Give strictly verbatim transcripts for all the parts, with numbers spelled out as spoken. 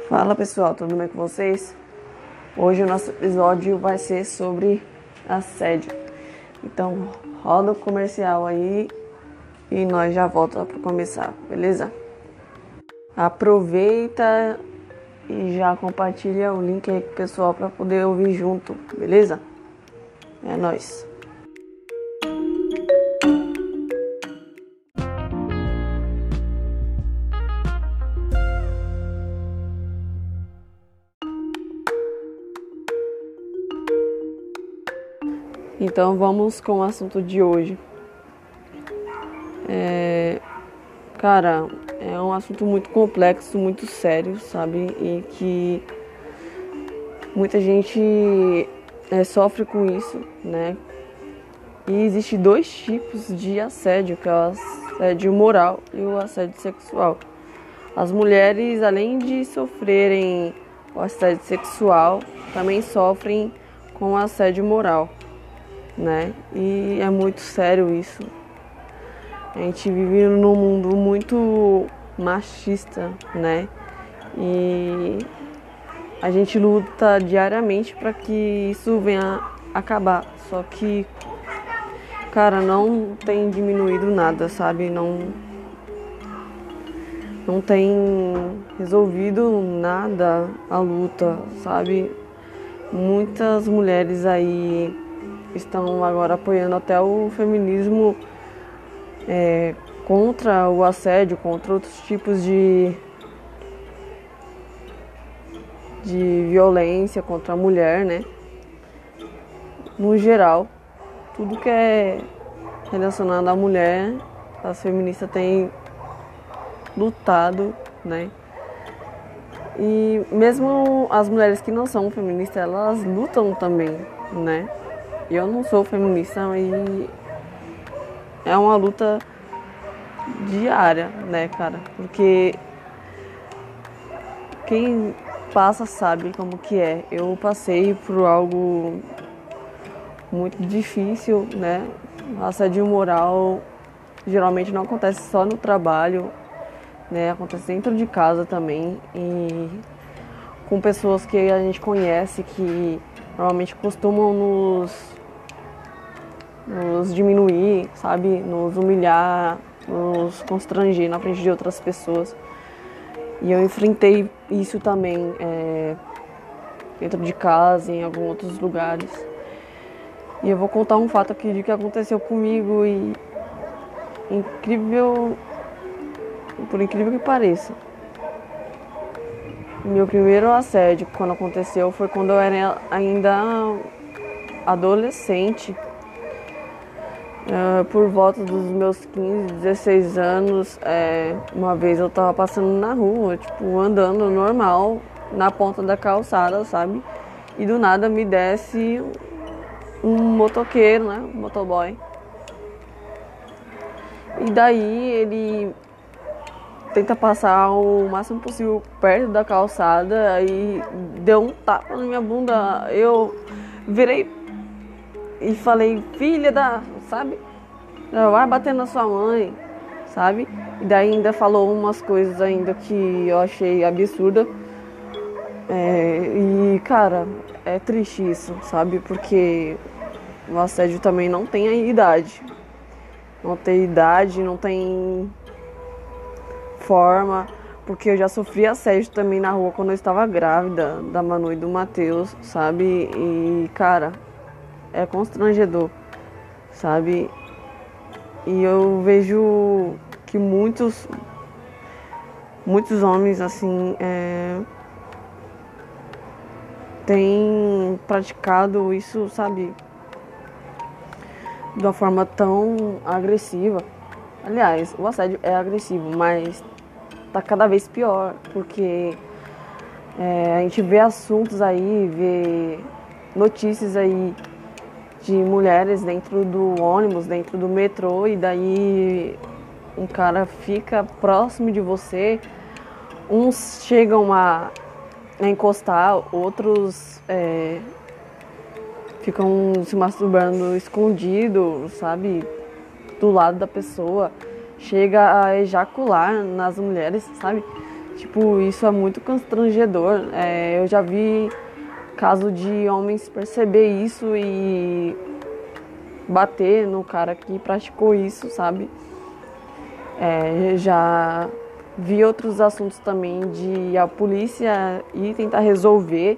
Fala pessoal, tudo bem com vocês? Hoje o nosso episódio vai ser sobre assédio. Então roda o comercial aí e nós já voltamos para começar, beleza? Aproveita e já compartilha o link aí com o pessoal para poder ouvir junto, beleza? É nóis! Então vamos com o assunto de hoje. É, cara, é um assunto muito complexo, muito sério, sabe? E que muita gente é, sofre com isso, né? E existe dois tipos de assédio, que é o assédio moral e o assédio sexual. As mulheres, além de sofrerem o assédio sexual, também sofrem com o assédio moral, né? E é muito sério isso. A gente vive num mundo muito machista, né? E a gente luta diariamente para que isso venha acabar. Só que, cara, não tem diminuído nada, sabe? Não, não tem resolvido nada a luta, sabe? Muitas mulheres aí estão agora apoiando até o feminismo é, contra o assédio, contra outros tipos de, de violência contra a mulher, né? No geral, tudo que é relacionado à mulher, as feministas têm lutado, né? E mesmo as mulheres que não são feministas, elas lutam também, né? Eu não sou feminista e é uma luta diária, né, cara? Porque quem passa sabe como que é. Eu passei por algo muito difícil, né? Assédio moral geralmente não acontece só no trabalho, né? Acontece dentro de casa também e com pessoas que a gente conhece que normalmente costumam nos nos diminuir, sabe, nos humilhar, nos constranger na frente de outras pessoas. E eu enfrentei isso também é, dentro de casa, em alguns outros lugares. E eu vou contar um fato aqui de que aconteceu comigo e incrível, por incrível que pareça, meu primeiro assédio quando aconteceu foi quando eu era ainda adolescente. Uh, por volta dos meus quinze, dezesseis anos, é, uma vez eu tava passando na rua, tipo, andando normal, na ponta da calçada, sabe? E do nada me desce um motoqueiro, né? Um motoboy. E daí ele tenta passar o máximo possível perto da calçada, aí deu um tapa na minha bunda. Eu virei e falei, filha da... sabe? Vai bater na sua mãe, sabe? E daí ainda falou umas coisas ainda que eu achei absurda. É, e, cara, é triste isso, sabe? Porque o assédio também não tem a idade. Não tem idade, não tem forma. Porque eu já sofri assédio também na rua quando eu estava grávida, da Manu e do Matheus, sabe? E, cara, é constrangedor, sabe? E eu vejo que muitos muitos homens assim é, têm praticado isso, sabe, de uma forma tão agressiva. Aliás, o assédio é agressivo, mas tá cada vez pior, porque é, a gente vê assuntos aí, vê notícias aí de mulheres dentro do ônibus, dentro do metrô, e daí um cara fica próximo de você, uns chegam a, a encostar, outros é, ficam se masturbando escondido, sabe, do lado da pessoa, chega a ejacular nas mulheres, sabe, tipo, isso é muito constrangedor. É, eu já vi caso de homens perceber isso e bater no cara que praticou isso, sabe? É, já vi outros assuntos também de a polícia ir tentar resolver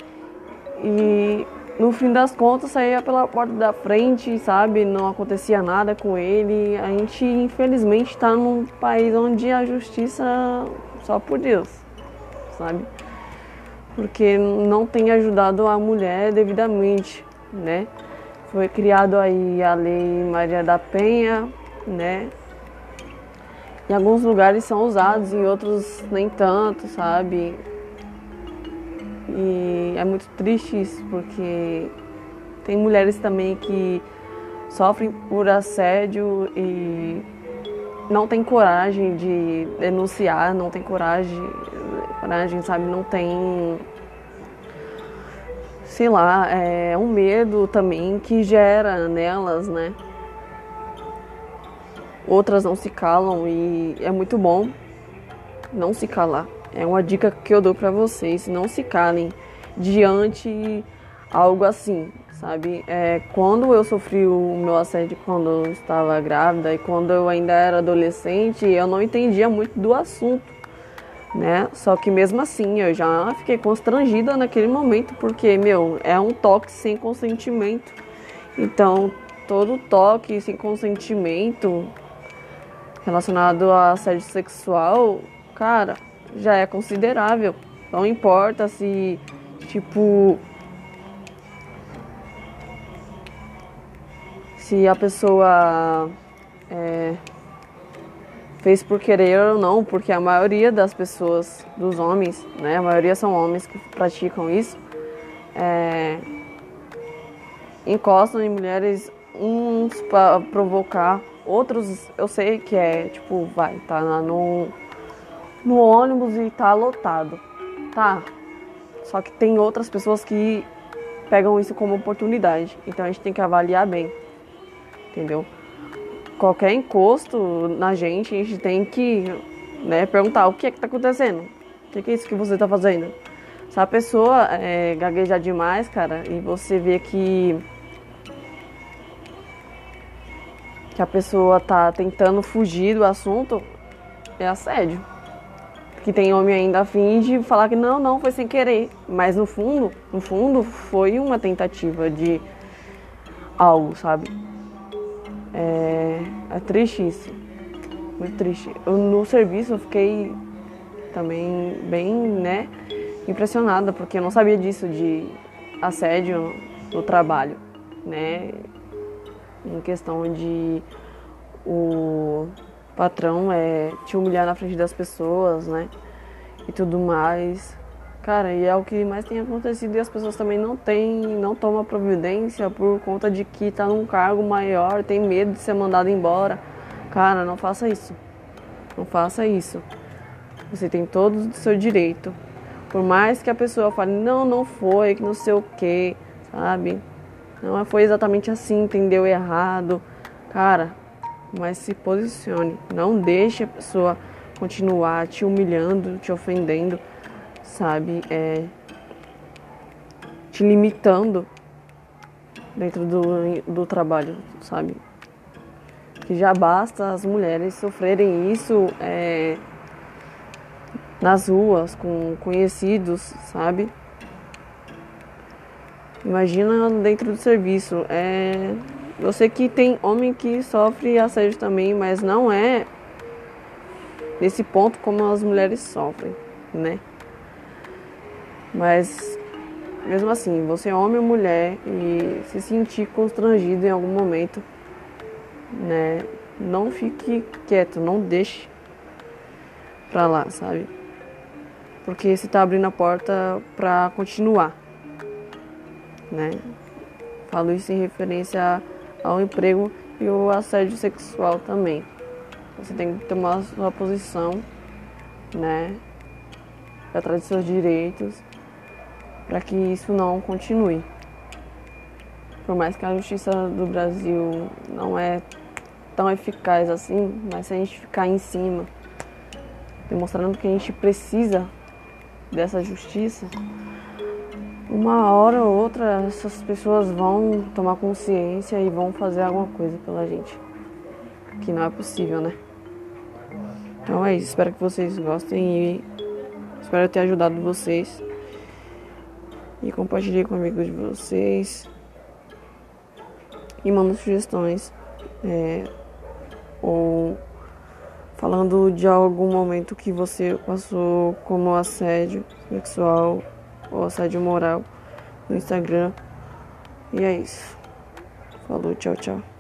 e no fim das contas saía pela porta da frente, sabe? Não acontecia nada com ele. A gente infelizmente está num país onde a justiça só por Deus, sabe? Porque não tem ajudado a mulher devidamente, né? Foi criado aí a Lei Maria da Penha, né? Em alguns lugares são usados, em outros nem tanto, sabe? E é muito triste isso, porque tem mulheres também que sofrem por assédio e não tem coragem de denunciar, não tem coragem, coragem, sabe? Não tem, sei lá, é um medo também que gera nelas, né? Outras não se calam e é muito bom não se calar. É uma dica que eu dou pra vocês, não se calem diante algo assim, sabe? É, quando eu sofri o meu assédio quando eu estava grávida e quando eu ainda era adolescente, eu não entendia muito do assunto, né? Só que mesmo assim eu já fiquei constrangida naquele momento, porque, meu, é um toque sem consentimento. Então, todo toque sem consentimento relacionado a assédio sexual, cara, já é considerável. Não importa se, tipo, se a pessoa é, fez por querer ou não, porque a maioria das pessoas, dos homens, né, a maioria são homens que praticam isso, é, encostam em mulheres uns para provocar, outros eu sei que é, tipo, vai, tá no, no ônibus e tá lotado, tá? Só que tem outras pessoas que pegam isso como oportunidade, então a gente tem que avaliar bem, entendeu? Qualquer encosto na gente, a gente tem que, né, perguntar o que é que tá acontecendo, o que é, que é isso que você tá fazendo. Se a pessoa é, gaguejar demais, cara, e você vê que que a pessoa tá tentando fugir do assunto, é assédio. Que tem homem ainda a fim de falar que não, não, foi sem querer. Mas no fundo, no fundo, foi uma tentativa de algo, sabe? É, é triste isso. Muito triste. Eu, no serviço eu fiquei também bem, né, impressionada, porque eu não sabia disso de assédio no trabalho, né? Em questão de o patrão é te humilhar na frente das pessoas, né? E tudo mais. Cara, e é o que mais tem acontecido e as pessoas também não têm, não tomam providência por conta de que tá num cargo maior, tem medo de ser mandado embora. Cara, não faça isso. Não faça isso. Você tem todo o seu direito. Por mais que a pessoa fale, não, não foi, que não sei o quê, sabe? Não foi exatamente assim, entendeu errado. Cara, mas se posicione. Não deixe a pessoa continuar te humilhando, te ofendendo, sabe? É, te limitando dentro do, do trabalho, sabe? Que já basta as mulheres sofrerem isso é, nas ruas, com conhecidos, sabe? Imagina dentro do serviço. É, eu sei que tem homem que sofre assédio também, mas não é nesse ponto como as mulheres sofrem, né? Mas mesmo assim, você é homem ou mulher e se sentir constrangido em algum momento, né? Não fique quieto, não deixe pra lá, sabe? Porque você tá abrindo a porta pra continuar, né? Falo isso em referência ao emprego e ao assédio sexual também. Você tem que tomar a sua posição, né? Atrás dos seus direitos, para que isso não continue. Por mais que a justiça do Brasil não é tão eficaz assim, mas se a gente ficar em cima, demonstrando que a gente precisa dessa justiça, uma hora ou outra essas pessoas vão tomar consciência e vão fazer alguma coisa pela gente. Que não é possível, né? Então é isso, espero que vocês gostem e espero ter ajudado vocês. E compartilhe com amigos de vocês. E mandem sugestões. É, ou falando de algum momento que você passou como assédio sexual ou assédio moral no Instagram. E é isso. Falou, tchau, tchau.